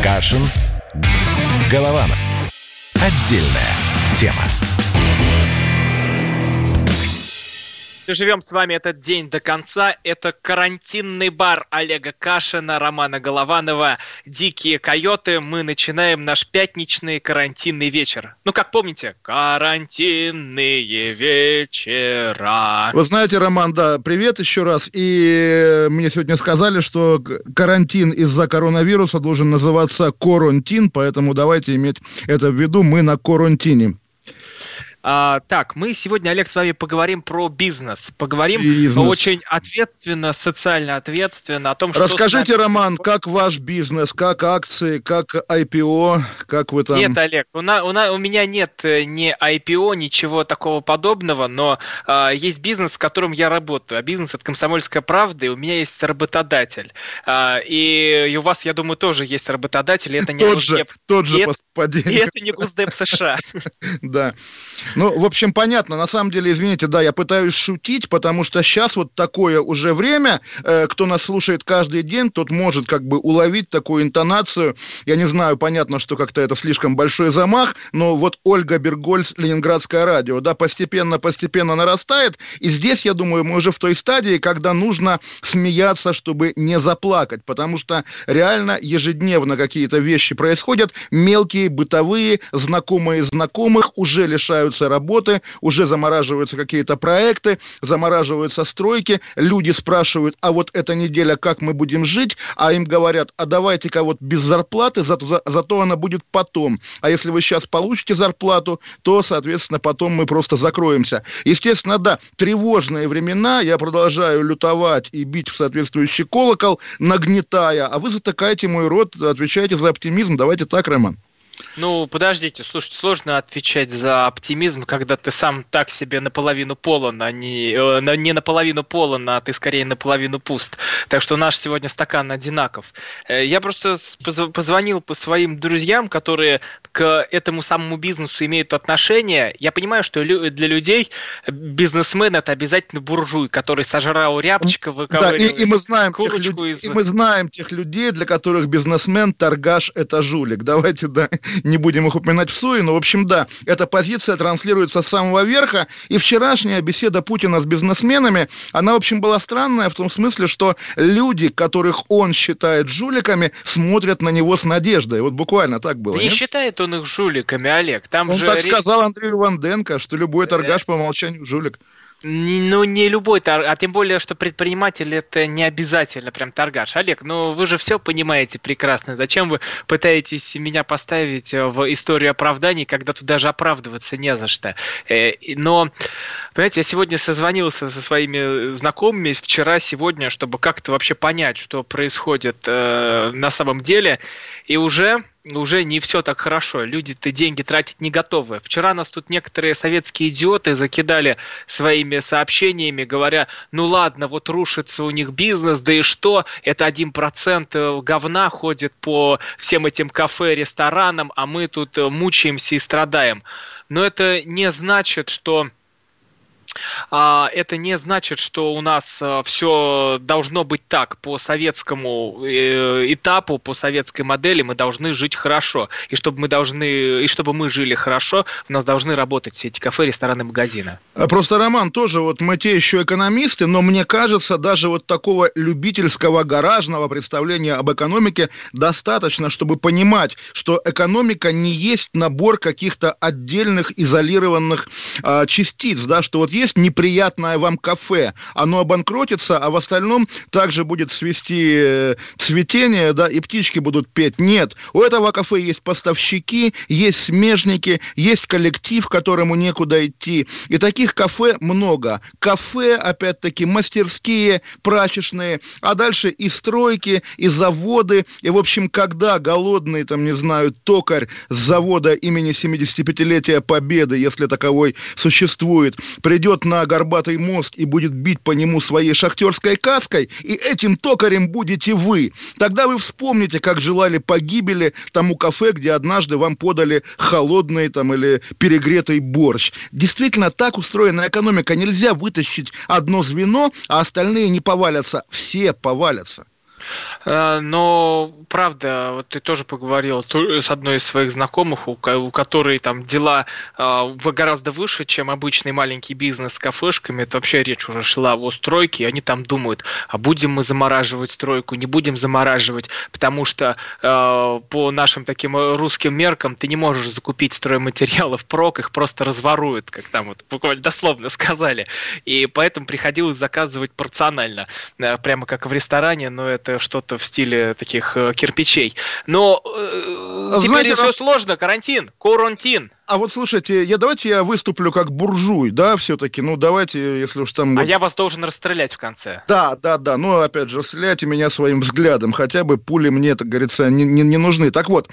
Кашин, Голованов. Отдельная тема. Живем с вами этот день до конца. Это карантинный бар Олега Кашина, Романа Голованова, «Дикие койоты». Мы начинаем наш пятничный карантинный вечер. Ну, как помните, карантинные вечера. Вы знаете, Роман, да, привет еще раз. И мне сегодня сказали, что карантин из-за коронавируса должен называться карантин, поэтому давайте иметь это в виду, мы на карантине. Так, мы сегодня, Олег, с вами поговорим про бизнес. Поговорим очень ответственно, социально ответственно о том, что... Расскажите, Роман, как ваш бизнес, как акции, как IPO, как вы там... Нет, Олег, у меня нет ни IPO, ничего такого подобного, но есть бизнес, в котором я работаю. А бизнес — это «Комсомольская правда», и у меня есть работодатель. И у вас, я думаю, тоже есть работодатель, и это не Госдеп. Тот же господин. И это не Госдеп США. Да. Ну, в общем, понятно. На самом деле, извините, да, я пытаюсь шутить, потому что сейчас вот такое уже время, кто нас слушает каждый день, тот может как бы уловить такую интонацию. Я не знаю, понятно, что как-то это слишком большой замах, но вот Ольга Бергольц, Ленинградское радио, да, постепенно нарастает. И здесь, я думаю, мы уже в той стадии, когда нужно смеяться, чтобы не заплакать, потому что реально ежедневно какие-то вещи происходят, мелкие, бытовые, знакомые знакомых уже лишаются работы, уже замораживаются какие-то проекты, замораживаются стройки, люди спрашивают, а вот эта неделя как мы будем жить, а им говорят, а давайте-ка вот без зарплаты, зато она будет потом, а если вы сейчас получите зарплату, то, соответственно, потом мы просто закроемся. Естественно, да, тревожные времена, я продолжаю лютовать и бить в соответствующий колокол, нагнетая, а вы затыкаете мой рот, отвечаете за оптимизм, давайте так, Роман. Ну, подождите, слушайте, сложно отвечать за оптимизм, когда ты сам так себе наполовину полон, а не наполовину полон, а ты скорее наполовину пуст. Так что наш сегодня стакан одинаков. Я просто позвонил по своим друзьям, которые к этому самому бизнесу имеют отношение. Я понимаю, что для людей бизнесмен — это обязательно буржуй, который сожрал рябчика, выковыривает курочку из... И мы знаем тех людей, для которых бизнесмен, торгаш — это жулик. Давайте, да, не будем их упоминать в суе, но, в общем, да, эта позиция транслируется с самого верха, и вчерашняя беседа Путина с бизнесменами, она, в общем, была странная в том смысле, что люди, которых он считает жуликами, смотрят на него с надеждой. Вот буквально так было. Не нет? Считает он их жуликами, Олег. Там он же так сказал Андрею Ванденко, что любой торгаш по умолчанию жулик. Ну, не любой торгаш, а тем более, что предприниматель — это не обязательно прям торгаш. Олег, ну вы же все понимаете прекрасно. Зачем вы пытаетесь меня поставить в историю оправданий, когда тут даже оправдываться не за что? Но, понимаете, я сегодня созвонился со своими знакомыми вчера-сегодня, чтобы как-то вообще понять, что происходит на самом деле. И уже не все так хорошо. Люди-то деньги тратить не готовы. Вчера нас тут некоторые советские идиоты закидали своими сообщениями, говоря, ну ладно, вот рушится у них бизнес, да и что, это 1% говна ходит по всем этим кафе, ресторанам, а мы тут мучаемся и страдаем. Но это не значит, что у нас все должно быть так. По советскому этапу, по советской модели мы должны жить хорошо. И чтобы мы жили хорошо, у нас должны работать все эти кафе, рестораны, магазины. Просто, Роман, тоже вот мы те еще экономисты, но мне кажется, даже вот такого любительского гаражного представления об экономике достаточно, чтобы понимать, что экономика не есть набор каких-то отдельных изолированных частиц, да, что вот есть неприятное вам кафе, оно обанкротится, а в остальном также будет свести цветение, да, и птички будут петь. Нет, у этого кафе есть поставщики, есть смежники, есть коллектив, которому некуда идти. И таких кафе много. Кафе, опять-таки, мастерские, прачечные, а дальше и стройки, и заводы. И, в общем, когда голодный, там, не знаю, токарь с завода имени 75-летия Победы, если таковой существует, придет на горбатый мост и будет бить по нему своей шахтерской каской, и этим токарем будете вы. Тогда вы вспомните, как желали погибели тому кафе, где однажды вам подали холодный там или перегретый борщ. Действительно, так устроена экономика. Нельзя вытащить одно звено, а остальные не повалятся. Все повалятся. Но, правда, вот ты тоже поговорил с одной из своих знакомых, у которой там дела гораздо выше, чем обычный маленький бизнес с кафешками. Это вообще речь уже шла о стройке, и они там думают, а будем мы замораживать стройку, не будем замораживать, потому что по нашим таким русским меркам ты не можешь закупить стройматериалы впрок, их просто разворуют, как там вот буквально дословно сказали. И поэтому приходилось заказывать порционально, прямо как в ресторане, но это что-то в стиле таких кирпичей. Но теперь все сложно, карантин. А вот слушайте, давайте я выступлю как буржуй, да, все-таки, ну давайте, если уж там... А я вас должен расстрелять в конце. Да, ну опять же, стреляйте меня своим взглядом, хотя бы пули мне, так говорится, не нужны. Так вот,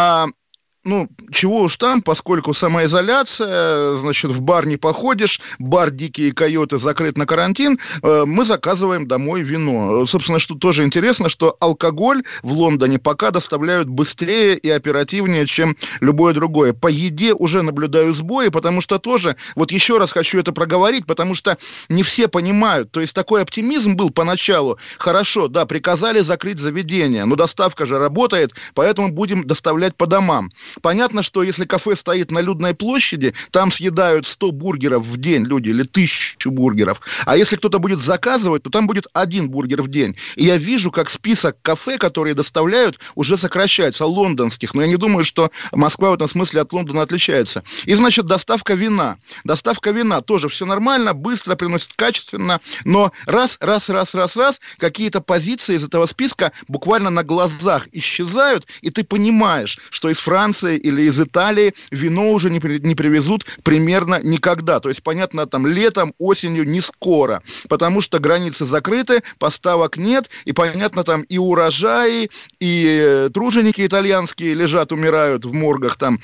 ну, чего уж там, поскольку самоизоляция, значит, в бар не походишь, бар «Дикие койоты» закрыт на карантин, мы заказываем домой вино. Собственно, что тоже интересно, что алкоголь в Лондоне пока доставляют быстрее и оперативнее, чем любое другое. По еде уже наблюдаю сбои, потому что тоже, вот еще раз хочу это проговорить, потому что не все понимают. То есть такой оптимизм был поначалу. Хорошо, да, приказали закрыть заведение, но доставка же работает, поэтому будем доставлять по домам. Понятно, что если кафе стоит на людной площади, там съедают 100 бургеров в день люди или 1000 бургеров. А если кто-то будет заказывать, то там будет 1 бургер в день. И я вижу, как список кафе, которые доставляют, уже сокращается, лондонских. Но я не думаю, что Москва в этом смысле от Лондона отличается. И, значит, доставка вина. Доставка вина тоже все нормально, быстро, приносит качественно. Но раз, какие-то позиции из этого списка буквально на глазах исчезают, и ты понимаешь, что из Франции или из Италии вино уже не привезут примерно никогда. То есть, понятно, там летом, осенью не скоро, потому что границы закрыты, поставок нет, и, понятно, там и урожаи, и труженики итальянские лежат, умирают в моргах там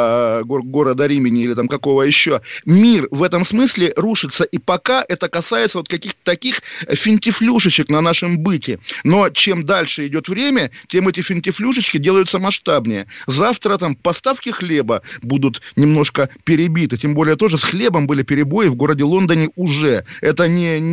города Римени или там какого еще. Мир в этом смысле рушится, и пока это касается вот каких-то таких финтифлюшечек на нашем быте. Но чем дальше идет время, тем эти финтифлюшечки делаются масштабнее. Завтра там поставки хлеба будут немножко перебиты. Тем более тоже с хлебом были перебои в городе Лондоне уже. Это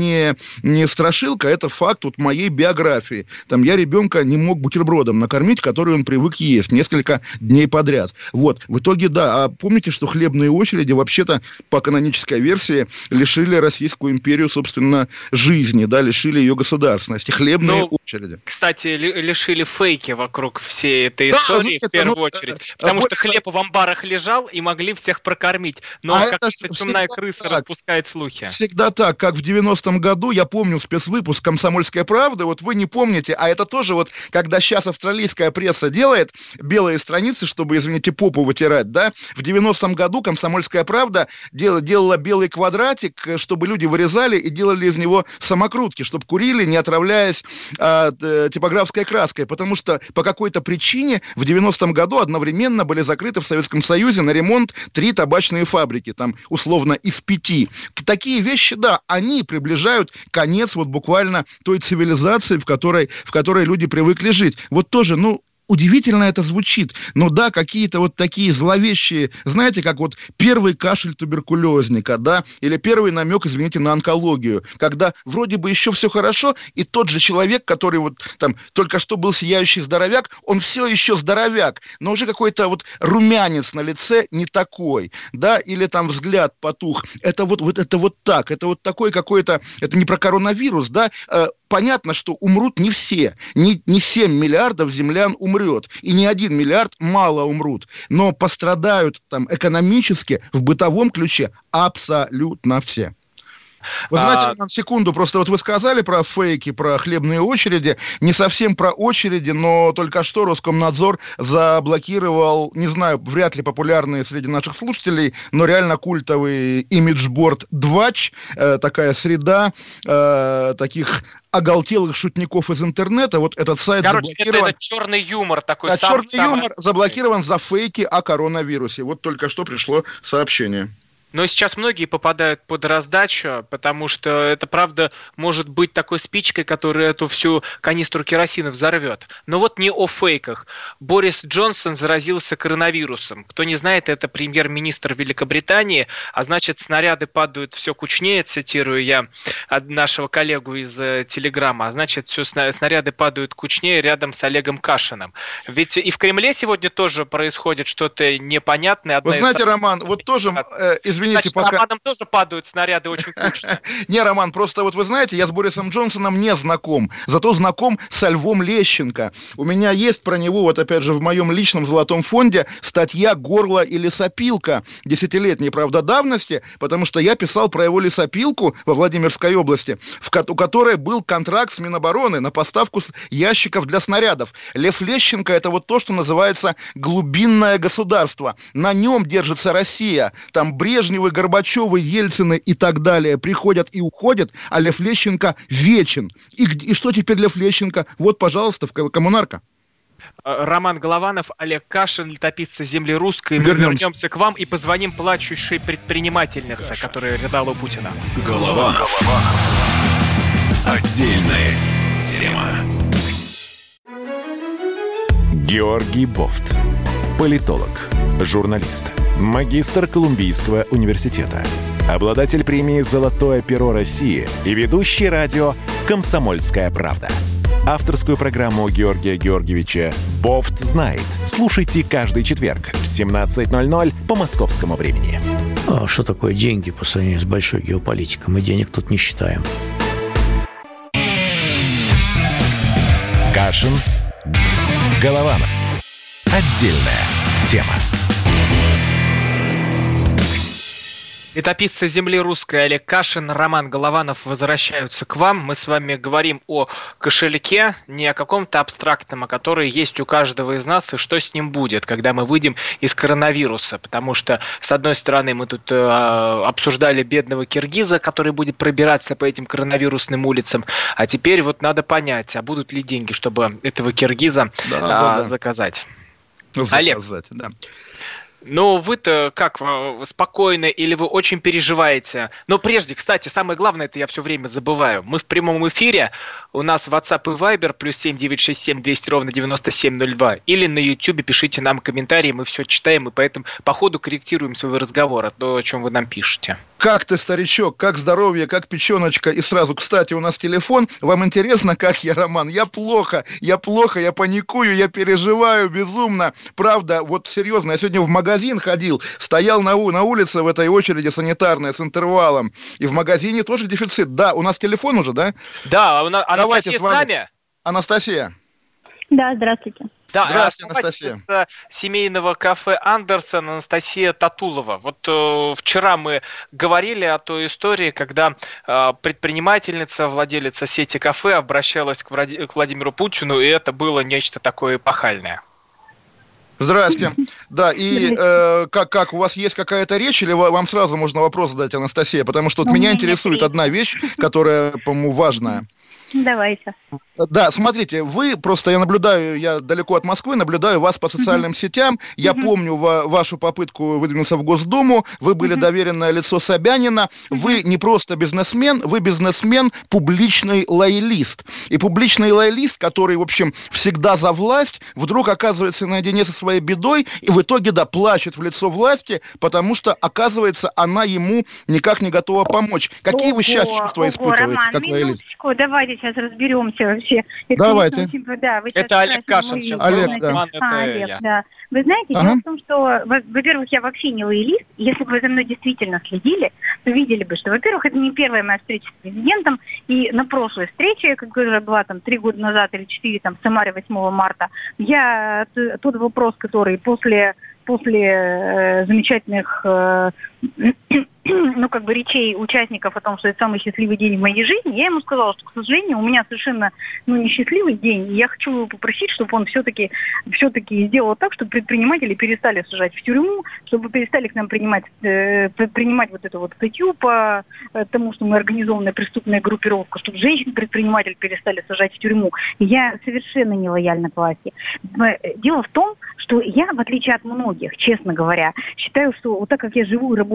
не страшилка, это факт вот моей биографии. Там я ребенка не мог бутербродом накормить, который он привык есть несколько дней подряд. Вот. В итоге, да. А помните, что хлебные очереди вообще-то по канонической версии лишили Российскую империю, собственно, жизни, да, лишили ее государственности. Хлебные очереди. Кстати, лишили фейки вокруг всей этой истории в первую очередь. Потому что хлеб в амбарах лежал и могли всех прокормить. Но как-то чумная крыса распускает слухи. Всегда так, как в 90-м году, я помню спецвыпуск «Комсомольской правды», вот вы не помните, а это тоже вот, когда сейчас австралийская пресса делает белые страницы, чтобы, извините, попу вытирать, да, в 90-м году «Комсомольская правда» делала белый квадратик, чтобы люди вырезали и делали из него самокрутки, чтобы курили, не отравляясь типографской краской, потому что по какой-то причине в 90-м году одновременно были закрыты в Советском Союзе на ремонт 3 табачные фабрики, там, условно, из 5. Такие вещи, да, они приближают конец вот буквально той цивилизации, в которой люди привыкли жить. Вот тоже, удивительно это звучит, но да, какие-то вот такие зловещие, знаете, как вот первый кашель туберкулезника, да, или первый намек, извините, на онкологию, когда вроде бы еще все хорошо, и тот же человек, который вот там только что был сияющий здоровяк, он все еще здоровяк, но уже какой-то вот румянец на лице не такой, да, или там взгляд потух, это вот так, это вот такой какой-то, это не про коронавирус, да, понятно, что умрут не все, не 7 миллиардов землян умрет, и не 1 миллиард мало умрут, но пострадают там экономически, в бытовом ключе абсолютно все. Вы знаете, на секунду, просто вот вы сказали про фейки, про хлебные очереди, не совсем про очереди, но только что Роскомнадзор заблокировал, не знаю, вряд ли популярный среди наших слушателей, но реально культовый имиджборд Двач, такая среда таких оголтелых шутников из интернета. Вот этот сайт заблокирован. Это черный юмор такой. Да, черный юмор заблокирован за фейки о коронавирусе. Вот только что пришло сообщение. Но сейчас многие попадают под раздачу, потому что это, правда, может быть такой спичкой, которая эту всю канистру керосина взорвет. Но вот не о фейках. Борис Джонсон заразился коронавирусом. Кто не знает, это премьер-министр Великобритании, а значит, снаряды падают все кучнее, цитирую я нашего коллегу из Телеграма, а значит, все снаряды падают кучнее рядом с Олегом Кашиным. Ведь и в Кремле сегодня тоже происходит что-то непонятное. Вы знаете, Роман, вот тоже, извините, значит, пока... Романом тоже падают снаряды очень кучно. Не, Роман, просто вот вы знаете, я с Борисом Джонсоном не знаком, зато знаком со Львом Лещенко. У меня есть про него, вот опять же, в моем личном золотом фонде статья «Горло и лесопилка» десятилетней, правда, давности, потому что я писал про его лесопилку во Владимирской области, у которой был контракт с Минобороны на поставку ящиков для снарядов. Лев Лещенко – это вот то, что называется глубинное государство. На нем держится Россия. Там Брежневы, Горбачевы, Ельцины и так далее приходят и уходят, а Лев Лещенко вечен. И что теперь Лев Лещенко? Вот, пожалуйста, коммунарка. Роман Голованов, Олег Кашин, летописцы земли русской. Мы вернемся к вам и позвоним плачущей предпринимательнице, которая рыдала у Путина. Голованов. Отдельная тема. Георгий Бофт. Политолог, журналист, магистр Колумбийского университета, обладатель премии «Золотое перо России» и ведущий радио «Комсомольская правда». Авторскую программу Георгия Георгиевича «Бофт знает». Слушайте каждый четверг в 17:00 по московскому времени. А что такое деньги по сравнению с большой геополитикой? Мы денег тут не считаем. Кашин, Голованов. Отдельная тема. Летописцы земли русской Олег Кашин, Роман Голованов возвращаются к вам. Мы с вами говорим о кошельке, не о каком-то абстрактном, а который есть у каждого из нас, и что с ним будет, когда мы выйдем из коронавируса. Потому что, с одной стороны, мы тут обсуждали бедного киргиза, который будет пробираться по этим коронавирусным улицам, а теперь вот надо понять, а будут ли деньги, чтобы этого киргиза заказать. Олег, да. Ну, вы-то как, спокойны или вы очень переживаете? Но прежде, кстати, самое главное, это я все время забываю. Мы в прямом эфире, у нас WhatsApp и Viber, +7 967 200 9702. Или на YouTube пишите нам комментарии, мы все читаем, и поэтому по ходу корректируем свой разговор, то, о чем вы нам пишете. Как ты, старичок, как здоровье, как печеночка. И сразу, кстати, у нас телефон. Вам интересно, как я, Роман? Я плохо, я паникую, я переживаю безумно. Правда, вот серьезно, я сегодня в магазин ходил, стоял на улице в этой очереди санитарной с интервалом. И в магазине тоже дефицит. Да, у нас телефон уже, да? Да, Анастасия с нами. Анастасия. Да, здравствуйте. Да, здравствуйте, Анастасия. С семейного кафе «Андерсон» Анастасия Татулова. Вот вчера мы говорили о той истории, когда предпринимательница, владелица сети кафе обращалась к Владимиру Путину, и это было нечто такое эпохальное. Здрасте. Да, и как у вас есть какая-то речь, или вам сразу можно вопрос задать, Анастасия? Потому что меня интересует одна вещь, которая, по-моему, важная. Давайте. Да, смотрите, вы просто, я далеко от Москвы, наблюдаю вас по социальным сетям. Я помню вашу попытку выдвинуться в Госдуму. Вы были доверенное лицо Собянина. Вы не просто бизнесмен, вы бизнесмен, публичный лоялист. И публичный лоялист, который, в общем, всегда за власть, вдруг оказывается наедине со своей бедой и в итоге, плачет в лицо власти, потому что, оказывается, она ему никак не готова помочь. Какие вы сейчас чувства испытываете, Роман, как лоялист? Давайте сейчас разберемся вообще. Давайте. Это Олег Кашин сейчас. Олег, да. Олег, да. Вы знаете, дело в том, что, во-первых, я вообще не лоялист. Если бы вы за мной действительно следили, то видели бы, что, во-первых, это не первая моя встреча с президентом. И на прошлой встрече, которая была 3 года назад или 4, в Самаре 8 марта, я тот вопрос, который после замечательных речей участников о том, что это самый счастливый день в моей жизни, я ему сказала, что, к сожалению, у меня совершенно несчастливый день, и я хочу его попросить, чтобы он все-таки сделал так, чтобы предприниматели перестали сажать в тюрьму, чтобы перестали к нам принимать вот эту вот статью по тому, что мы организованная преступная группировка, чтобы женщин-предпринимателей перестали сажать в тюрьму. Я совершенно не лояльна к власти. Дело в том, что я, в отличие от многих, честно говоря, считаю, что вот так как я живу и работаю в стране,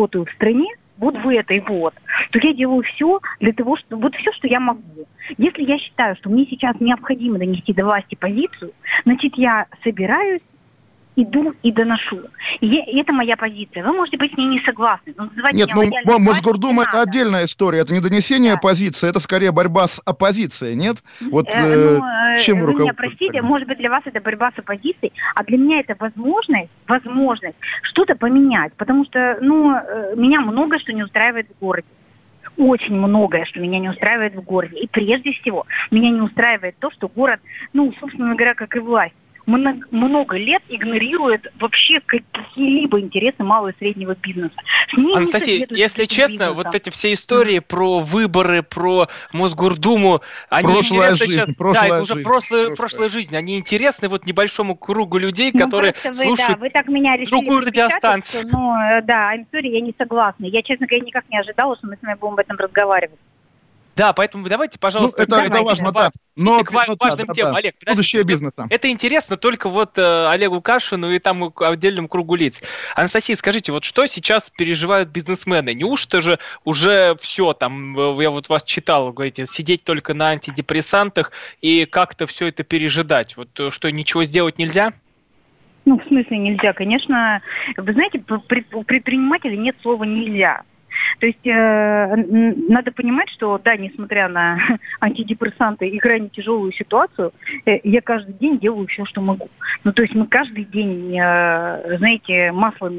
стране, вот в этой вот, то я делаю все для того, что вот все, что я могу. Если я считаю, что мне сейчас необходимо донести до власти позицию, значит, я собираюсь, иду и доношу. И это моя позиция. Вы можете быть с ней не согласны. Нет, Мосгордума — это отдельная история. Это не донесение позиции, это скорее борьба с оппозицией, нет? Вот чем вы меня простите, может быть, для вас это борьба с оппозицией, а для меня это возможность что-то поменять. Потому что, меня много что не устраивает в городе. Очень многое, что меня не устраивает в городе. И прежде всего, меня не устраивает то, что город, собственно говоря, как и власть, много лет игнорирует вообще какие-либо интересы малого и среднего бизнеса. Анастасия, если честно, вот эти все истории про выборы, про Мосгордуму, они интересны сейчас. Это уже прошлая жизнь. Они интересны вот небольшому кругу людей, которые слушают другую радиостанцию. I'm sorry, я не согласна. Я, честно говоря, никак не ожидала, что мы с вами будем об этом разговаривать. Да, поэтому давайте, пожалуйста, это важно, да. Но к важным темам, Олег. Будущее бизнеса. Это интересно только вот Олегу Кашину и там отдельному кругу лиц. Анастасия, скажите, вот что сейчас переживают бизнесмены? Неужто же уже все там, я вот вас читал, говорите, сидеть только на антидепрессантах и как-то все это пережидать? Вот что, ничего сделать нельзя? В смысле нельзя? Конечно, вы знаете, у предпринимателей нет слова «нельзя». То есть надо понимать, что, да, несмотря на антидепрессанты и крайне тяжелую ситуацию, я каждый день делаю все, что могу. То есть мы каждый день, знаете,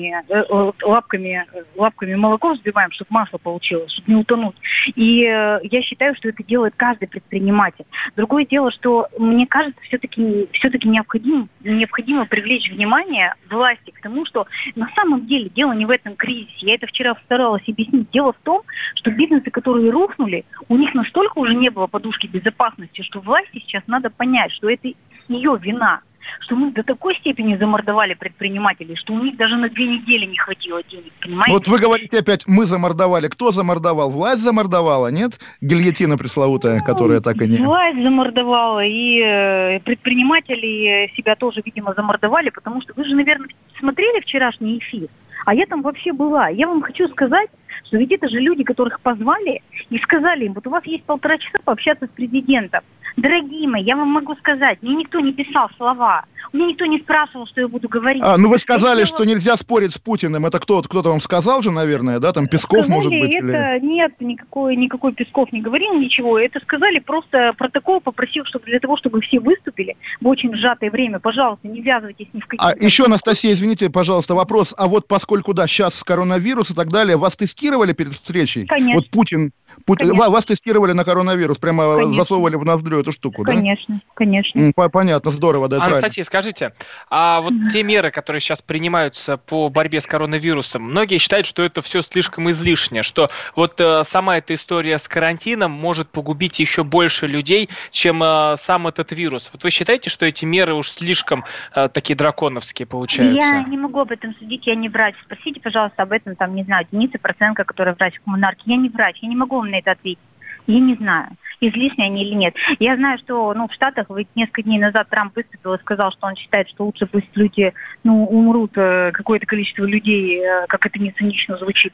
лапками молоко взбиваем, чтобы масло получилось, чтобы не утонуть. И я считаю, что это делает каждый предприниматель. Другое дело, что мне кажется, все-таки необходимо привлечь внимание власти к тому, что на самом деле дело не в этом кризисе. Я это вчера старалась объяснить. Дело в том, что бизнесы, которые рухнули, у них настолько уже не было подушки безопасности, что власти сейчас надо понять, что это ее вина, что мы до такой степени замордовали предпринимателей, что у них даже на 2 недели не хватило денег, понимаете? Вот вы говорите опять, мы замордовали. Кто замордовал? Власть замордовала, нет? Гильотина пресловутая, которая так и не... Власть замордовала, и предприниматели себя тоже, видимо, замордовали, потому что вы же, наверное, смотрели вчерашний эфир, а я там вообще была. Я вам хочу сказать, что ведь это же люди, которых позвали и сказали им, вот у вас есть 1,5 часа пообщаться с президентом. Дорогие мои, я вам могу сказать, мне никто не писал слова, мне никто не спрашивал, что я буду говорить. Вы сказали, что нельзя спорить с Путиным. Это кто-то вам сказал же, наверное, да? Там Песков, сказали, может быть? Нет, никакой Песков не говорил ничего. Это сказали просто протокол, попросил, чтобы для того, чтобы все выступили в очень сжатое время. Пожалуйста, не ввязывайтесь ни в какие... еще, Анастасия, извините, пожалуйста, вопрос. А вот поскольку, сейчас коронавирус и так далее, вас тестировали перед встречей? Конечно. Вот Путин вас тестировали на коронавирус, прямо засовывали в ноздрю эту штуку, да? Конечно. Понятно, здорово, да, Анастасия, скажите, а вот те меры, которые сейчас принимаются по борьбе с коронавирусом, многие считают, что это все слишком излишне, что вот сама эта история с карантином может погубить еще больше людей, чем сам этот вирус. Вот вы считаете, что эти меры уж слишком такие драконовские получаются? Я не могу об этом судить, я не врач. Спросите, пожалуйста, об этом, Дениса Проценко, который врач в Коммунарке. Я не врач, я не могу вам на это ответить. Я не знаю, излишне они или нет. Я знаю, что в Штатах несколько дней назад Трамп выступил и сказал, что он считает, что лучше пусть люди умрут, какое-то количество людей, как это не цинично звучит,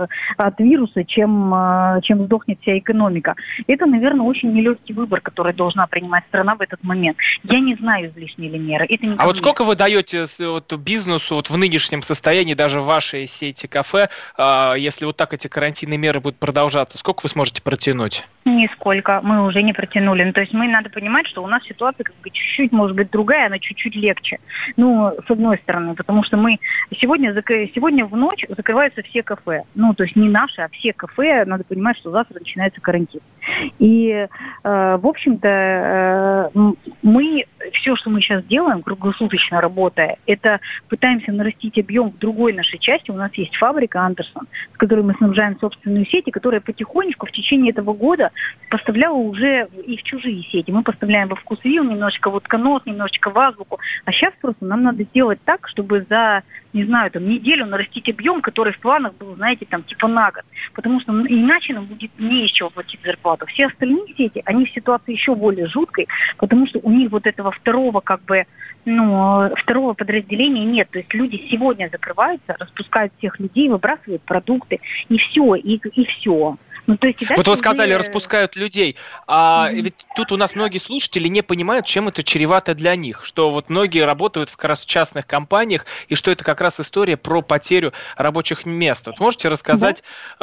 от вируса, чем сдохнет вся экономика. Это, наверное, очень нелегкий выбор, который должна принимать страна в этот момент. Я не знаю, излишние ли меры. Это вот сколько вы даете бизнесу в нынешнем состоянии, даже в вашей сети кафе, если вот так эти карантинные меры будут продолжаться, сколько вы сможете протянуть? Нисколько. Мы уже не протянули. То есть надо понимать, что у нас ситуация чуть-чуть, может быть, другая, она чуть-чуть легче. С одной стороны, потому что мы сегодня в ночь закрываются все кафе. То есть не наши, а все кафе. Надо понимать, что завтра начинается карантин. И, в общем-то, все, что мы сейчас делаем, круглосуточно работая, это пытаемся нарастить объем в другой нашей части. У нас есть фабрика Андерсон, с которой мы снабжаем собственную сеть, и которая потихонечку в течение этого года поставляла уже и в чужие сети. Мы поставляем во ВкусВилл немножечко в Утконос, немножечко в Азбуку. А сейчас просто нам надо сделать так, чтобы за не знаю, там, неделю нарастить объем, который в планах был, знаете, там, типа на год. Потому что иначе нам будет не из чего платить зарплату. Все остальные сети, они в ситуации еще более жуткой, потому что у них вот этого второго, как бы, второго подразделения нет. То есть люди сегодня закрываются, распускают всех людей, выбрасывают продукты, и все, и все. Ну, то есть, вот вы сказали, распускают людей. Ведь тут у нас многие слушатели не понимают, чем это чревато для них. Что вот многие работают как раз в частных компаниях, и что это как раз история про потерю рабочих мест. Вот можете рассказать,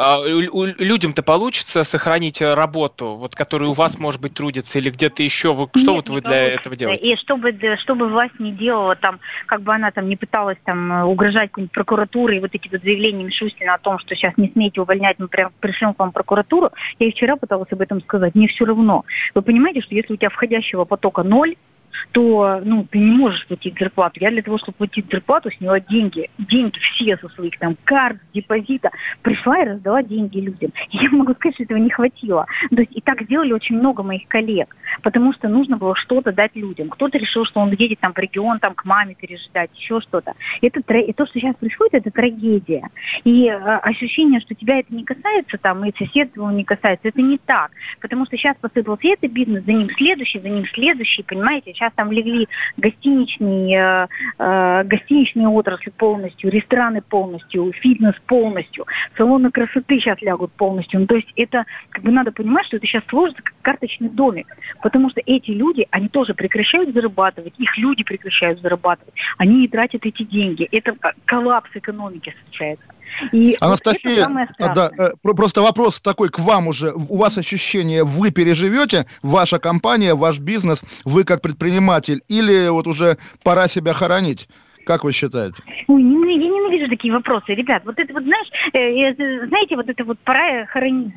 людям-то получится сохранить работу, вот, которая у вас, может быть, трудится, или где-то еще? Что вот вы для этого делаете? И чтобы власть не делала, там, как бы она там не пыталась там угрожать какой-нибудь прокуратуре, и вот эти вот заявления Мишустина о том, что сейчас не смейте увольнять, мы прям пришлем к вам прокуратуру. Я и вчера пыталась об этом сказать. Мне все равно. Вы понимаете, что если у тебя входящего потока 0, то ты не можешь платить зарплату. Я для того, чтобы платить зарплату, сняла деньги все со своих там карт, депозита, пришла и раздала деньги людям. И я могу сказать, что этого не хватило. То есть и так сделали очень много моих коллег, потому что нужно было что-то дать людям. Кто-то решил, что он едет там в регион, там к маме переждать, еще что-то. И то, что сейчас происходит, это трагедия. И ощущение, что тебя это не касается, там, и сосед его не касается, это не так. Потому что сейчас посыпался этот бизнес, за ним следующий, понимаете? Сейчас там легли гостиничные отрасли полностью, рестораны полностью, фитнес полностью, салоны красоты сейчас лягут полностью. Ну, то есть это, как бы надо понимать, что это сейчас сложится как карточный домик, потому что эти люди, они тоже прекращают зарабатывать, их люди прекращают зарабатывать, они не тратят эти деньги. Это коллапс экономики случается. И Анастасия, просто вопрос такой к вам уже. У вас ощущение, вы переживете, ваша компания, ваш бизнес, вы как предприниматель, или вот уже пора себя хоронить? Как вы считаете? Ой, я ненавижу такие вопросы, ребят. Вот это вот, знаете, вот это вот пора хоронить.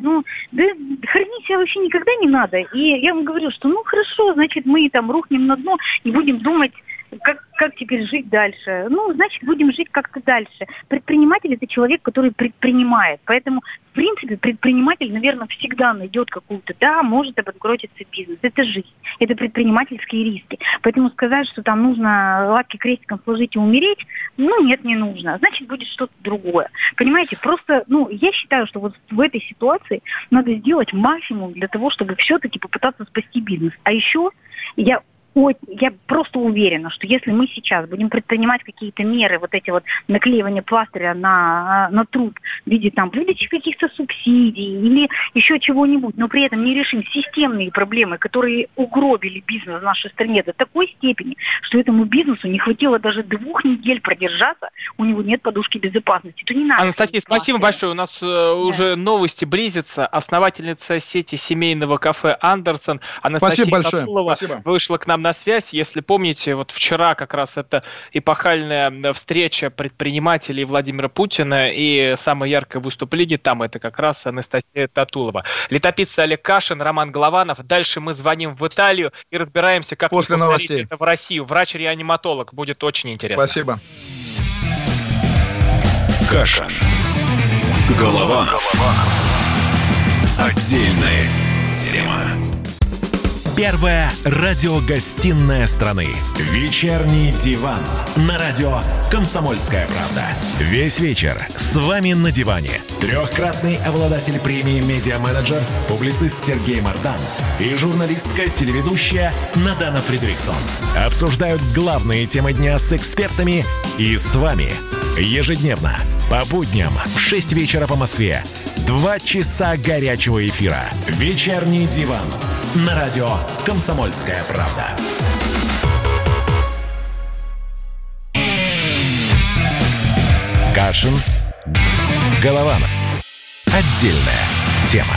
Хоронить себя вообще никогда не надо. И я вам говорю, что хорошо, значит, мы там рухнем на дно и будем думать, как теперь жить дальше? Значит, будем жить как-то дальше. Предприниматель – это человек, который предпринимает. Поэтому, в принципе, предприниматель, наверное, всегда найдет какую-то, может обанкротиться бизнес. Это жизнь. Это предпринимательские риски. Поэтому сказать, что там нужно лапки крестиком сложить и умереть, нет, не нужно. Значит, будет что-то другое. Понимаете, просто, я считаю, что вот в этой ситуации надо сделать максимум для того, чтобы все-таки попытаться спасти бизнес. А еще я просто уверена, что если мы сейчас будем предпринимать какие-то меры, вот эти вот наклеивания пластыря на труд в виде выдачи каких-то субсидий или еще чего-нибудь, но при этом не решим системные проблемы, которые угробили бизнес в нашей стране до такой степени, что этому бизнесу не хватило даже 2 недель продержаться, у него нет подушки безопасности, то не надо. Анастасия, спасибо большое. У нас уже новости близятся. Основательница сети семейного кафе «Андерсон» Анастасия Татулова вышла к нам на связь. Если помните, вот вчера как раз это эпохальная встреча предпринимателей Владимира Путина, и самое яркое выступление там это как раз Анастасия Татулова. Летописцы Олег Кашин, Роман Голованов. Дальше мы звоним в Италию и разбираемся, как после новостей это в Россию. Врач-реаниматолог. Будет очень интересно. Спасибо. Кашин. Голованов. Отдельная тема. Первая радиогостинная страны. Вечерний диван. На радио «Комсомольская правда». Весь вечер с вами на диване. 3-кратный обладатель премии «Медиа-менеджер», публицист Сергей Мардан и журналистка-телеведущая Надана Фридрихсон обсуждают главные темы дня с экспертами и с вами. Ежедневно, по будням в 6 вечера по Москве. 2 часа горячего эфира. Вечерний диван. На радио «Комсомольская правда». Кашин. Голованов. Отдельная тема.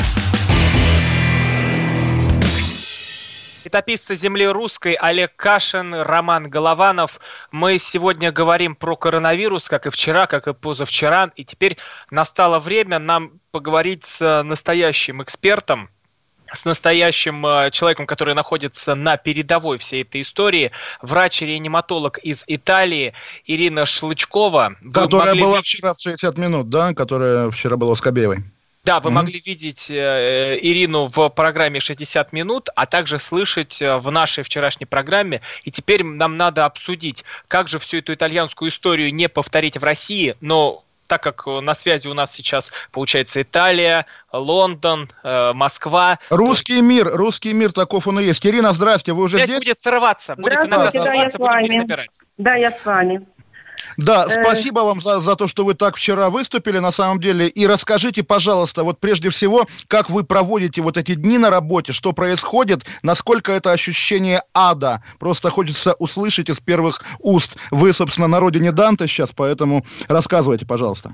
Летописцы земли русской Олег Кашин, Роман Голованов. Мы сегодня говорим про коронавирус, как и вчера, как и позавчера. И теперь настало время нам поговорить с настоящим экспертом, с настоящим человеком, который находится на передовой всей этой истории, врач-реаниматолог из Италии Ирина Шлычкова. Которая была вчера в 60 минут, да? Которая вчера была у Скобеевой. Да, вы могли видеть Ирину в программе «60 минут», а также слышать в нашей вчерашней программе. И теперь нам надо обсудить, как же всю эту итальянскую историю не повторить в России, но так как на связи у нас сейчас, получается, Италия, Лондон, Москва. Русский мир, таков он и есть. Ирина, здрасте, вы уже здесь? Будет срываться, будет иногда срываться, будем перенабирать. Да, я с вами. Да, спасибо вам за то, что вы так вчера выступили, на самом деле. И расскажите, пожалуйста, вот прежде всего, как вы проводите вот эти дни на работе, что происходит, насколько это ощущение ада. Просто хочется услышать из первых уст. Вы, собственно, на родине Данте сейчас, поэтому рассказывайте, пожалуйста.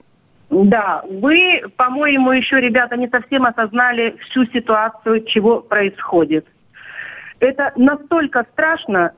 Да, вы, по-моему, еще, ребята, не совсем осознали всю ситуацию, чего происходит. Это настолько страшно.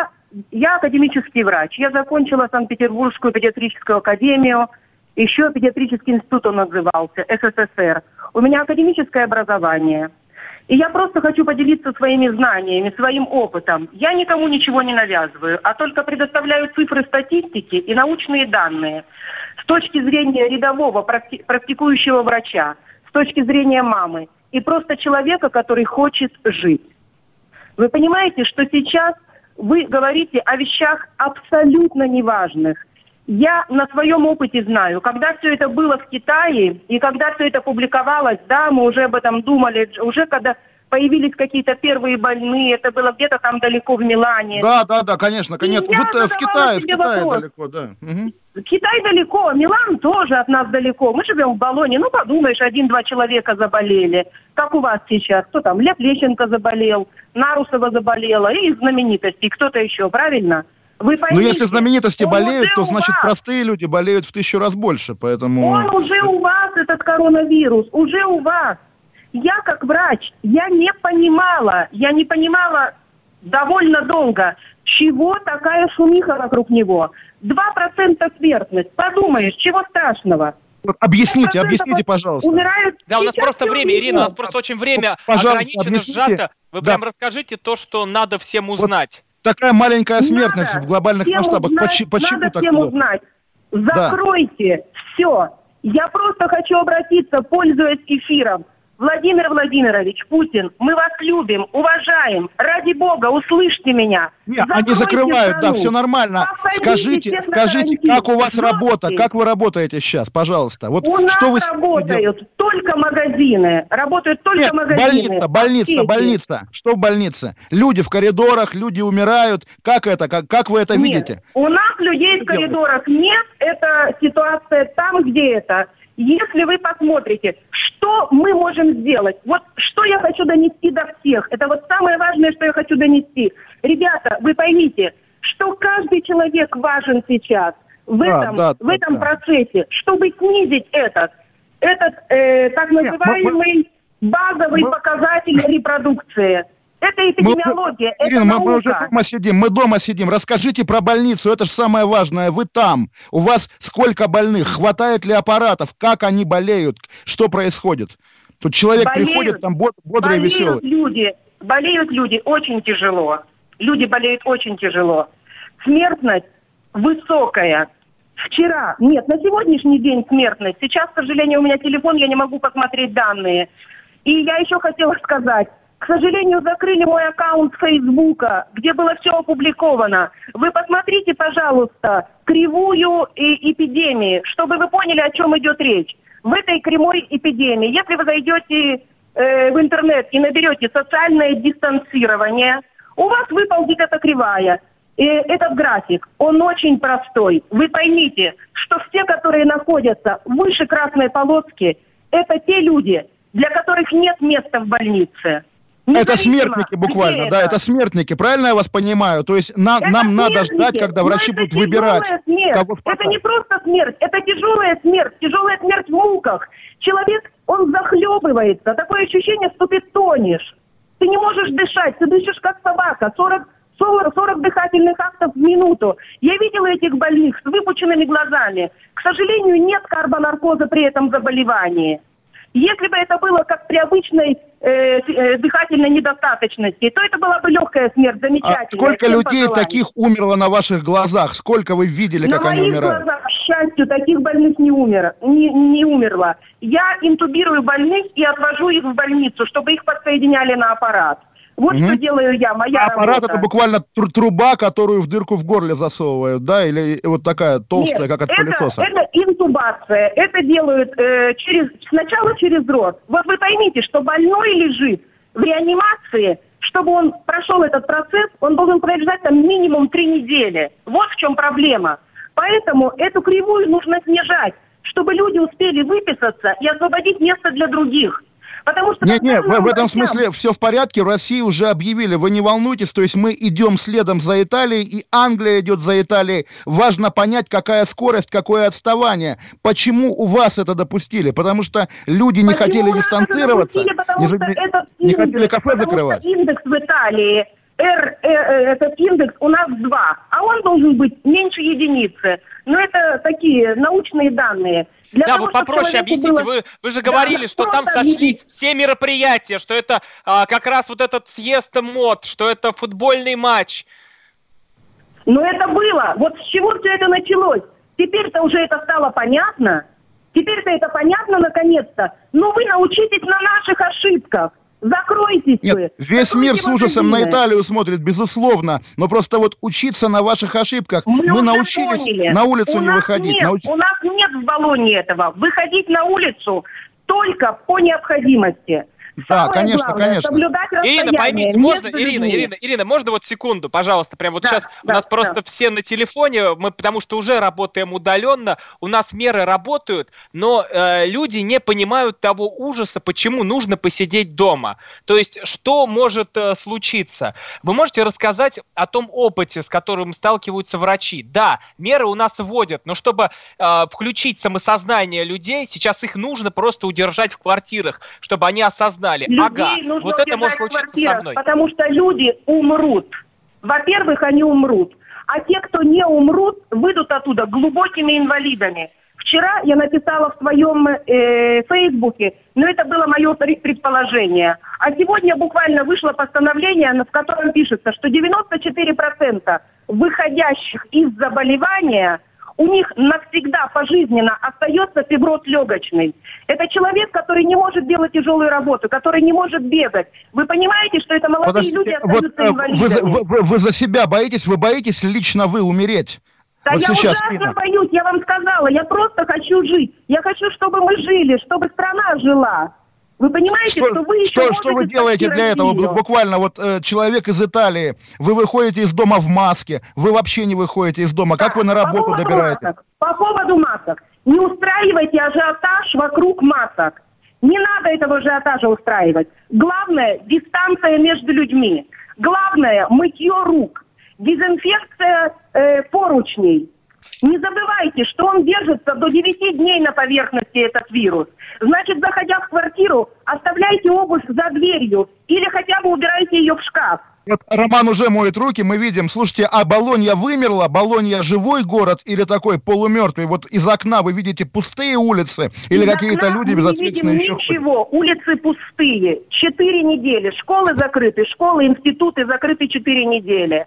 Я академический врач. Я закончила Санкт-Петербургскую педиатрическую академию. Еще педиатрический институт он назывался, СССР. У меня академическое образование. И я просто хочу поделиться своими знаниями, своим опытом. Я никому ничего не навязываю, а только предоставляю цифры статистики и научные данные. С точки зрения рядового практикующего врача, с точки зрения мамы и просто человека, который хочет жить. Вы понимаете, что сейчас вы говорите о вещах абсолютно неважных. Я на своем опыте знаю, когда все это было в Китае, и когда все это публиковалось, да, мы уже об этом думали, уже когда появились какие-то первые больные, это было где-то там далеко в Милане. Да, конечно. Вот в Китае далеко, да. Угу. Китай далеко, Милан тоже от нас далеко. Мы живем в Болонье, ну подумаешь, 1-2 человека заболели. Как у вас сейчас? Кто там? Лев Лещенко заболел, Нарусова заболела, и из знаменитостей кто-то еще, правильно? Вы поймите, но если знаменитости болеют, то значит простые люди болеют в 1000 раз больше, поэтому... Он уже у вас, этот коронавирус, уже у вас. Я как врач, я не понимала довольно долго, чего такая шумиха вокруг него. 2% смертность, подумаешь, чего страшного? Вот объясните, пожалуйста. Умирают. Да, у нас просто время, Ирина, у нас просто очень время ограничено, сжато. Вы прям расскажите то, что надо всем узнать. Такая маленькая смертность в глобальных масштабах. Почему надо так всем плохо? узнать. Закройте все. Я просто хочу обратиться, пользуясь эфиром. Владимир Владимирович Путин, мы вас любим, уважаем. Ради бога, услышьте меня. Нет, они закрывают, страну. Да, все нормально. Скажите, как у вас работа, как вы работаете сейчас, пожалуйста. Вот у что нас работают только магазины, магазины. Больница. Что в больнице? Люди в коридорах, люди умирают. Как это? Как вы это видите? У нас людей в коридорах нет. Это ситуация там, где это. Если вы посмотрите, что мы можем сделать, вот что я хочу донести до всех, это вот самое важное, что я хочу донести. Ребята, вы поймите, что каждый человек важен сейчас в этом процессе, чтобы снизить этот так называемый базовый показатель репродукции. Это эпидемиология, это Ирина, наука. Мы уже дома сидим. Расскажите про больницу, это же самое важное. Вы там, у вас сколько больных, хватает ли аппаратов, как они болеют, что происходит? Тут человек приходит там бодрый и веселый. Болеют люди очень тяжело. Люди болеют очень тяжело. Смертность высокая. На сегодняшний день смертность. Сейчас, к сожалению, у меня телефон, я не могу посмотреть данные. И я еще хотела сказать, к сожалению, закрыли мой аккаунт Фейсбука, где было все опубликовано. Вы посмотрите, пожалуйста, кривую эпидемии, чтобы вы поняли, о чем идет речь. В этой кривой эпидемии, если вы зайдете в интернет и наберете социальное дистанцирование, у вас выползет эта кривая. И этот график, он очень простой. Вы поймите, что все, которые находятся выше красной полоски, это те люди, для которых нет места в больнице. Это смертники буквально, да, это смертники, правильно я вас понимаю? То есть нам надо ждать, когда врачи будут выбирать. Это не просто смерть, это тяжелая смерть в муках. Человек, он захлебывается, такое ощущение, что ты тонешь. Ты не можешь дышать, ты дышишь как собака, 40 дыхательных актов в минуту. Я видела этих больных с выпученными глазами. К сожалению, нет карбонаркоза при этом заболевании. Если бы это было как при обычной дыхательной недостаточности, то это была бы легкая смерть, замечательная. А сколько людей таких умерло на ваших глазах? Сколько вы видели, как они умирают? На моих глазах счастью, таких больных не умерло. Я интубирую больных и отвожу их в больницу, чтобы их подсоединяли на аппарат. Вот что делаю я, моя аппарат работа. Это буквально труба, которую в дырку в горле засовывают, да? Или вот такая толстая, как от пылесоса? Это интубация. Это делают сначала через рот. Вот вы поймите, что больной лежит в реанимации, чтобы он прошел этот процесс, он должен пролежать там минимум 3 недели. Вот в чем проблема. Поэтому эту кривую нужно снижать, чтобы люди успели выписаться и освободить место для других. Потому что в этом смысле все в порядке. В России уже объявили, вы не волнуйтесь, то есть мы идем следом за Италией, и Англия идет за Италией. Важно понять, какая скорость, какое отставание. Почему у вас это допустили? Потому что люди не хотели дистанцироваться, не хотели кафе закрывать. Индекс в Италии, этот индекс у нас 2, а он должен быть меньше единицы. Но это такие научные данные. Вы попроще объясните, вы же говорили, что там сошлись все мероприятия, что это как раз вот этот съезд мод, что это футбольный матч. Но это было. Вот с чего все это началось? Теперь-то уже это стало понятно. Теперь-то это понятно наконец-то. Но вы научитесь на наших ошибках. Закройтесь вы. Весь мир с ужасом на Италию смотрит, безусловно. Но просто вот учиться на ваших ошибках. Мы научились на улицу не выходить. У нас нет в Болонье этого. Выходить на улицу только по необходимости. Да, конечно. Ирина, поймите, можно, Ирина, можно вот секунду, пожалуйста, прямо вот сейчас у нас просто все на телефоне, мы потому что уже работаем удаленно, у нас меры работают, но люди не понимают того ужаса, почему нужно посидеть дома. То есть, что может случиться? Вы можете рассказать о том опыте, с которым сталкиваются врачи? Да, меры у нас вводят, но чтобы включить самосознание людей, сейчас их нужно просто удержать в квартирах, чтобы они осознали. Вот это может случиться со мной. Потому что люди умрут. Во-первых, они умрут. А те, кто не умрут, выйдут оттуда глубокими инвалидами. Вчера я написала в своем Фейсбуке, но это было мое предположение. А сегодня буквально вышло постановление, в котором пишется, что 94% выходящих из заболевания у них навсегда пожизненно остается фиброз легочный. Это человек, который не может делать тяжелую работу, который не может бегать. Вы понимаете, что это молодые люди остаются инвалидами? Вы за себя боитесь? Вы боитесь лично вы умереть? Да вот я ужасно боюсь, я вам сказала. Я просто хочу жить. Я хочу, чтобы мы жили, чтобы страна жила. Вы понимаете, что вы еще что вы делаете для этого? Буквально вот человек из Италии, вы выходите из дома в маске, вы вообще не выходите из дома. Как вы на работу добираетесь? По поводу масок. Не устраивайте ажиотаж вокруг масок. Не надо этого ажиотажа устраивать. Главное – дистанция между людьми. Главное – мытье рук. Дезинфекция поручней. Не забывайте, что он держится до 9 дней на поверхности, этот вирус. Значит, заходя в квартиру, оставляйте обувь за дверью или хотя бы убирайте ее в шкаф. Вот Роман уже моет руки, мы видим. Слушайте, а Болонья вымерла? Болонья живой город или такой полумертвый? Вот из окна вы видите пустые улицы или какие-то люди безответственные еще ходят? Ничего, улицы пустые. 4 недели. Школы закрыты, школы, институты закрыты 4 недели.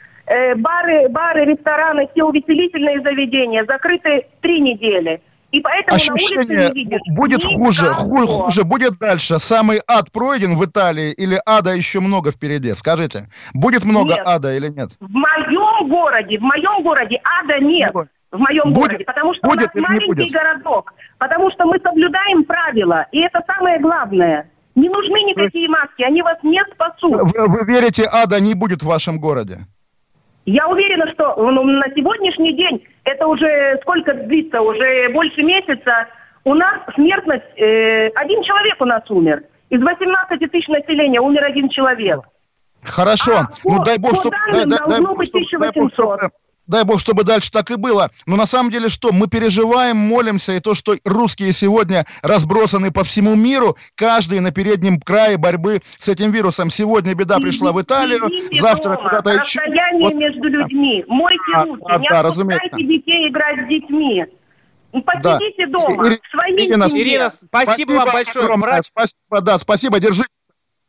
Бары, рестораны, все увеселительные заведения закрыты 3 недели. И поэтому ощущение на улице не видишь. Будет хуже, будет дальше. Самый ад пройден в Италии или ада еще много впереди? Скажите, будет много ада или нет? В моем городе ада нет. В моем городе, потому что у нас маленький городок, потому что мы соблюдаем правила, и это самое главное. Не нужны никакие маски, они вас не спасут. Вы верите, ада не будет в вашем городе? Я уверена, что на сегодняшний день, это уже сколько длится, уже больше месяца, у нас смертность, 1 человек у нас умер. Из 18 тысяч населения умер 1 человек. Хорошо. Дай бог, чтобы... должно быть 1800. Дай бог, чтобы дальше так и было. Но на самом деле что? Мы переживаем, молимся, и то, что русские сегодня разбросаны по всему миру, каждый на переднем крае борьбы с этим вирусом. Сегодня беда пришла в Италию, завтра куда-то еще. Расстояние между людьми. Мойте руки, не отпускайте детей играть с детьми. Посидите дома. Ирина, спасибо вам большое. Спасибо, спасибо, держите.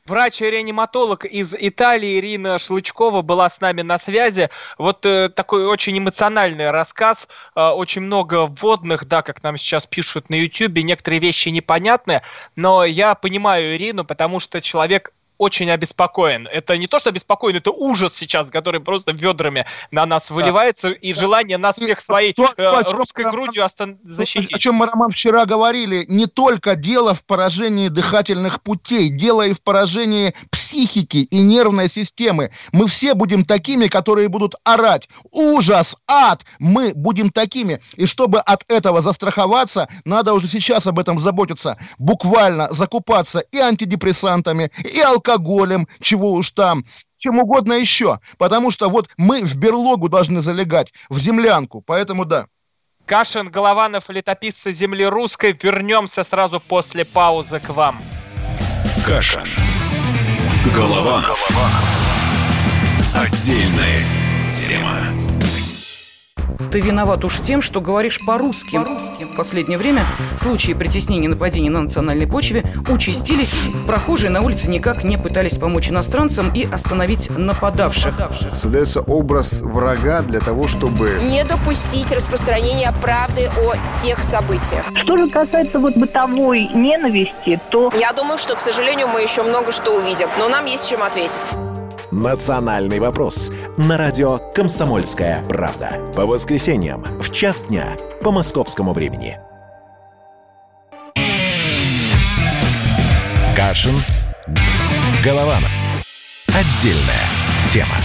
Врач-реаниматолог из Италии Ирина Шлычкова была с нами на связи. Вот такой очень эмоциональный рассказ, очень много вводных, да, как нам сейчас пишут на YouTube, некоторые вещи непонятны, но я понимаю Ирину, потому что человек очень обеспокоен. Это не то, что обеспокоен, это ужас сейчас, который просто ведрами на нас выливается, и желание нас всех своей русской грудью защитить. О чем мы, Роман, вчера говорили, не только дело в поражении дыхательных путей, дело и в поражении психики и нервной системы. Мы все будем такими, которые будут орать. Ужас, ад! Мы будем такими. И чтобы от этого застраховаться, надо уже сейчас об этом заботиться. Буквально закупаться и антидепрессантами, и алкоголем, чего уж там, чем угодно еще. Потому что вот мы в берлогу должны залегать, в землянку. Поэтому да. Кашин, Голованов, летописцы земли русской. Вернемся сразу после паузы к вам. Кашин, Голованов. Отдельная тема. Ты виноват уж тем, что говоришь по-русски. В последнее время случаи притеснения и нападений на национальной почве участились. Прохожие на улице никак не пытались помочь иностранцам и остановить нападавших. Создается образ врага для того, чтобы не допустить распространения правды о тех событиях. Что же касается вот бытовой ненависти, то... Я думаю, что, к сожалению, мы еще много что увидим, но нам есть чем ответить. «Национальный вопрос» на радио «Комсомольская правда». По воскресеньям в 1:00 дня по московскому времени. Кашин, Голованов. Отдельная тема.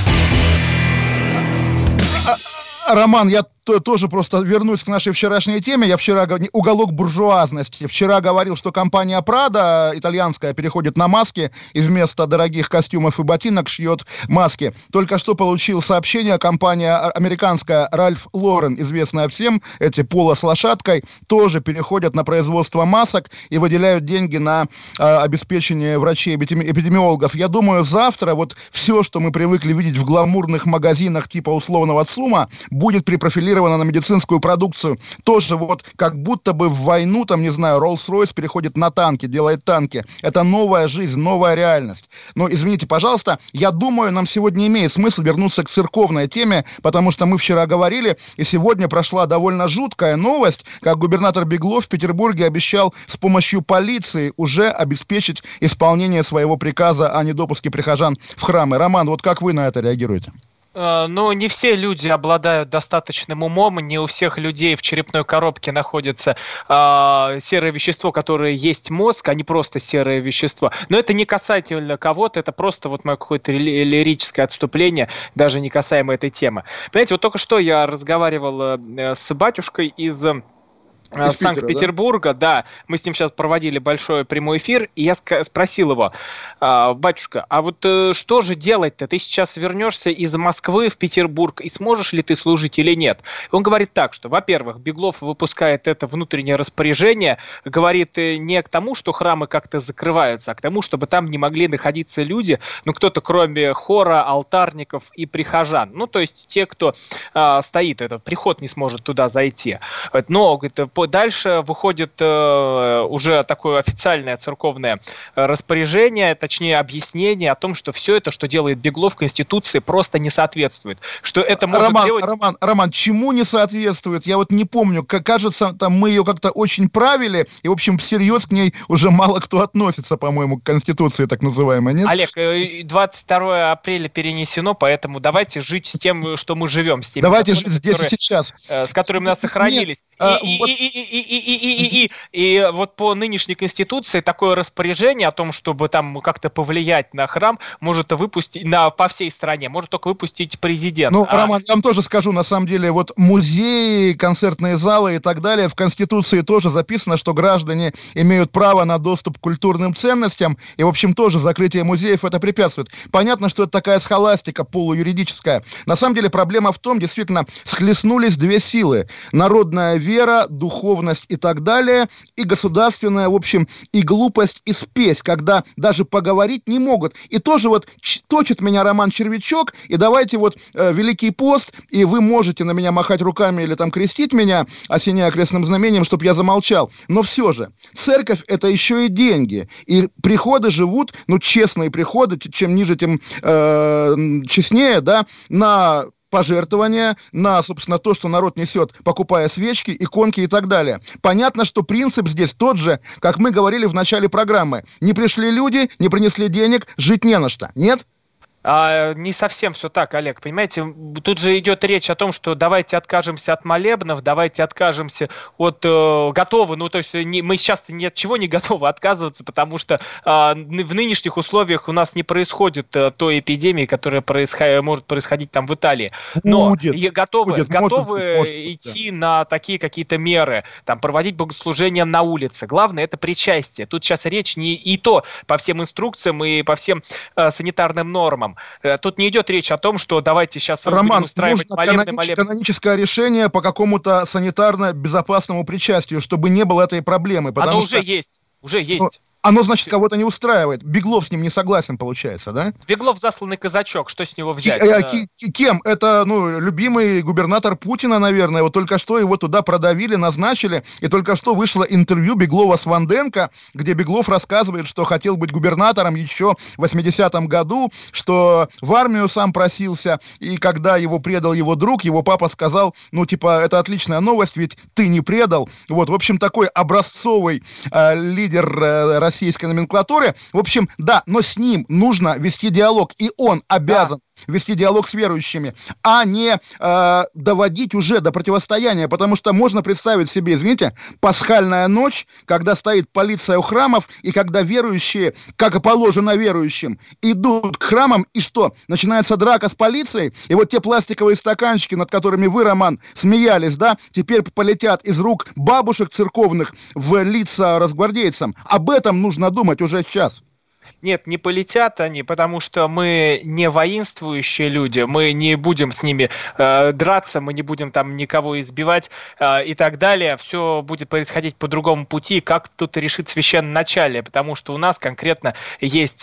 Роман, я тоже просто вернусь к нашей вчерашней теме. Я вчера говорил, уголок буржуазности. Вчера говорил, что компания Prada, итальянская, переходит на маски и вместо дорогих костюмов и ботинок шьет маски. Только что получил сообщение, компания американская Ralph Lauren, известная всем, эти поло с лошадкой, тоже переходят на производство масок и выделяют деньги на обеспечение врачей-эпидемиологов. Я думаю, завтра вот все, что мы привыкли видеть в гламурных магазинах типа условного ЦУМа, будет перепрофилировано на медицинскую продукцию. Тоже вот как будто бы в войну, там, не знаю, Rolls-Royce переходит на танки, делает танки. Это новая жизнь, новая реальность. Но, извините, пожалуйста, я думаю, нам сегодня имеет смысл вернуться к церковной теме, потому что мы вчера говорили, и сегодня прошла довольно жуткая новость, как губернатор Беглов в Петербурге обещал с помощью полиции уже обеспечить исполнение своего приказа о недопуске прихожан в храмы. Роман, вот как вы на это реагируете? Но не все люди обладают достаточным умом, не у всех людей в черепной коробке находится серое вещество, которое есть мозг, а не просто серое вещество. Но это не касательно кого-то, это просто вот мое какое-то лирическое отступление, даже не касаемо этой темы. Понимаете, вот только что я разговаривал с батюшкой из Санкт-Петербурга, да, мы с ним сейчас проводили большой прямой эфир, и я спросил его: батюшка, а вот что же делать-то? Ты сейчас вернешься из Москвы в Петербург, и сможешь ли ты служить или нет? Он говорит так, что, во-первых, Беглов выпускает это внутреннее распоряжение, говорит не к тому, что храмы как-то закрываются, а к тому, чтобы там не могли находиться люди, ну, кто-то кроме хора, алтарников и прихожан. Ну, то есть те, кто стоит, этот приход не сможет туда зайти. Но, говорит, дальше выходит уже такое официальное церковное распоряжение, точнее объяснение о том, что все это, что делает Беглов, Конституции просто не соответствует. Что это может делать... Роман, чему не соответствует? Я вот не помню. Кажется, там мы ее как-то очень правили, и, в общем, всерьез к ней уже мало кто относится, по-моему, к Конституции так называемой, нет? Олег, 22 апреля перенесено, поэтому давайте жить с тем, что мы живем. С теми давайте жить здесь и сейчас. С которыми у нас сохранились. И вот по нынешней Конституции такое распоряжение о том, чтобы там как-то повлиять на храм, может выпустить по всей стране, может только выпустить президент. Ну, Роман, я вам тоже скажу, на самом деле, вот музеи, концертные залы и так далее, в Конституции тоже записано, что граждане имеют право на доступ к культурным ценностям, и, в общем, тоже закрытие музеев это препятствует. Понятно, что это такая схоластика полуюридическая. На самом деле проблема в том, действительно, схлестнулись две силы. Народная вера, дух духовность и так далее, и государственная, в общем, и глупость, и спесь, когда даже поговорить не могут. И тоже вот точит меня Роман Червячок, и давайте вот Великий пост, и вы можете на меня махать руками или там крестить меня, осеняя крестным знамением, чтобы я замолчал. Но все же, церковь — это еще и деньги. И приходы живут, ну, честные приходы, чем ниже, тем честнее, да, на пожертвования, на, собственно, то, что народ несет, покупая свечки, иконки и так далее. Понятно, что принцип здесь тот же, как мы говорили в начале программы. Не пришли люди, не принесли денег, жить не на что. Нет? Не совсем все так, Олег, понимаете, тут же идет речь о том, что давайте откажемся от молебнов, давайте откажемся от готовы, ну то есть мы сейчас ни от чего не готовы отказываться, потому что в нынешних условиях у нас не происходит той эпидемии, которая может происходить там в Италии, но готовы идти на такие какие-то меры, там проводить богослужения на улице. Главное — это причастие. Тут сейчас речь не и то по всем инструкциям и по всем санитарным нормам. Тут не идет речь о том, что давайте сейчас будем устраивать молебны. Каноническое решение по какому-то санитарно-безопасному причастию, чтобы не было этой проблемы. Оно уже есть. Оно, значит, кого-то не устраивает. Беглов с ним не согласен, получается, да? Беглов засланный казачок, что с него взять? Кем? Это, любимый губернатор Путина, наверное. Вот только что его туда продавили, назначили, и только что вышло интервью Беглова с Ванденко, где Беглов рассказывает, что хотел быть губернатором еще в 80-м году, что в армию сам просился, и когда его предал его друг, его папа сказал, это отличная новость, ведь ты не предал. Вот, в общем, такой образцовый лидер российской номенклатуры. В общем, да, но с ним нужно вести диалог, и он обязан вести диалог с верующими, а не доводить уже до противостояния, потому что можно представить себе, извините, пасхальная ночь, когда стоит полиция у храмов, и когда верующие, как и положено верующим, идут к храмам, и что? Начинается драка с полицией, и вот те пластиковые стаканчики, над которыми вы, Роман, смеялись, да, теперь полетят из рук бабушек церковных в лица росгвардейцам. Об этом нужно думать уже сейчас. Нет, не полетят они, потому что мы не воинствующие люди, мы не будем с ними драться, мы не будем там никого избивать и так далее. Все будет происходить по другому пути, как тут решит священноначалие, потому что у нас конкретно есть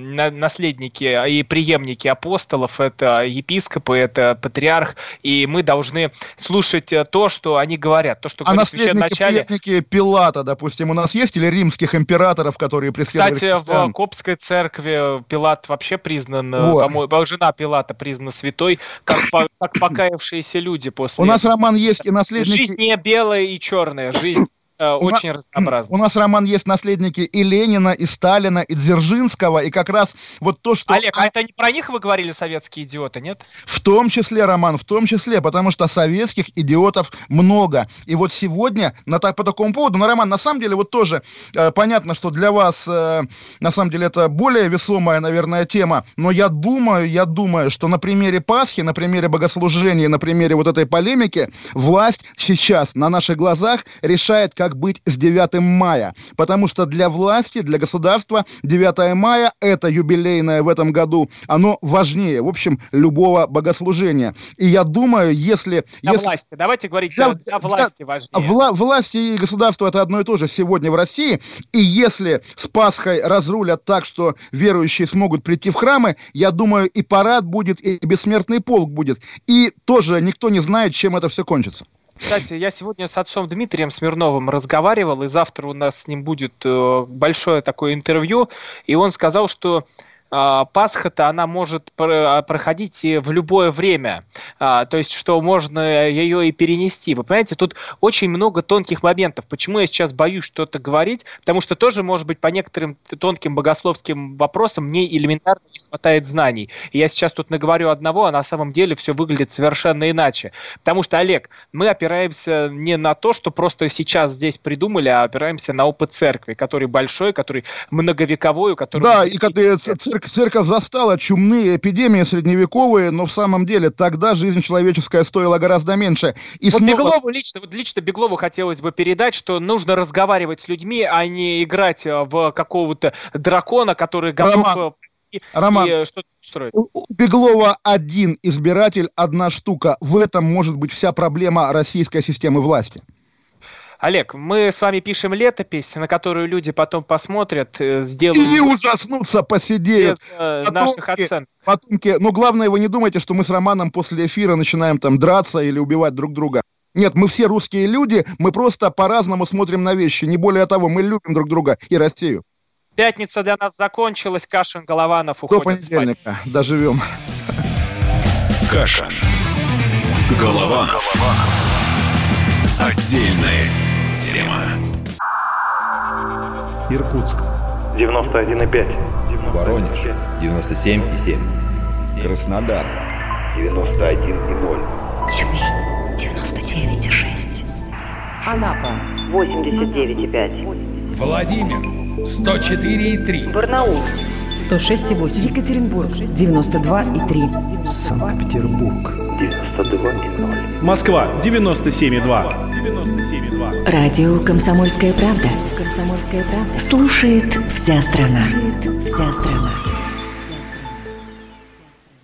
наследники и преемники апостолов, это епископы, это патриарх, и мы должны слушать то, что они говорят, то, что говорит священноначалие. Преемники Пилата, допустим, у нас есть, или римских императоров, которые преследовали христиан? Кстати, в Копской церкви Пилат вообще признан, по-моему, жена Пилата признана святой, как покаявшиеся люди после. У нас, Роман, есть и наследники. Жизнь не белая и черная, жизнь очень разнообразна. У нас, Роман, есть наследники и Ленина, и Сталина, и Дзержинского, и как раз вот то, что... Олег, а это не про них вы говорили, советские идиоты, нет? В том числе, Роман, в том числе, потому что советских идиотов много. И вот сегодня по такому поводу, Роман, на самом деле, вот тоже понятно, что для вас, на самом деле, это более весомая, наверное, тема, но я думаю, что на примере Пасхи, на примере богослужения, на примере вот этой полемики, власть сейчас на наших глазах решает, как быть с 9 мая. Потому что для власти, для государства 9 мая, это юбилейное в этом году, оно важнее, в общем, любого богослужения. И я думаю, если... власти, давайте говорить, для власти важнее. Власти и государство — это одно и то же сегодня в России. И если с Пасхой разрулят так, что верующие смогут прийти в храмы, я думаю, и парад будет, и бессмертный полк будет. И тоже никто не знает, чем это все кончится. Кстати, я сегодня с отцом Дмитрием Смирновым разговаривал, и завтра у нас с ним будет большое такое интервью, и он сказал, что Пасха-то она может проходить и в любое время, то есть что можно ее и перенести. Вы понимаете, тут очень много тонких моментов. Почему я сейчас боюсь что-то говорить? Потому что тоже, может быть, по некоторым тонким богословским вопросам мне элементарно не хватает знаний. И я сейчас тут наговорю одного, а на самом деле все выглядит совершенно иначе. Потому что, Олег, мы опираемся не на то, что просто сейчас здесь придумали, а опираемся на опыт церкви, который большой, который многовековой, который... Да, и когда церковь застала чумные эпидемии средневековые, но в самом деле тогда жизнь человеческая стоила гораздо меньше. И вот Беглову лично Беглову хотелось бы передать, что нужно разговаривать с людьми, а не играть в какого-то дракона, который готов... Роман, у Беглова один избиратель, одна штука. В этом может быть вся проблема российской системы власти. Олег, мы с вами пишем летопись, на которую люди потом посмотрят, сделают... И ужаснутся, посидеют. Наших оценок. Потомки, но главное, вы не думайте, что мы с Романом после эфира начинаем там драться или убивать друг друга. Нет, мы все русские люди, мы просто по-разному смотрим на вещи. Не более того, мы любим друг друга и Россию. Пятница для нас закончилась, Кашин, Голованов уходит. До понедельника. Доживем. Кашин. Голованов. Отдельная тема. Иркутск. 91,5. Воронеж. 97,7. Краснодар. 91,0. Тюмень. 99,6. Анапа. 89,5. Владимир. 104,3. Барнаул. 106,8. Екатеринбург. 92,3. Санкт-Петербург. 92,0. Москва. 97,2. Радио «Комсомольская правда». «Комсомольская правда». Слушает вся страна.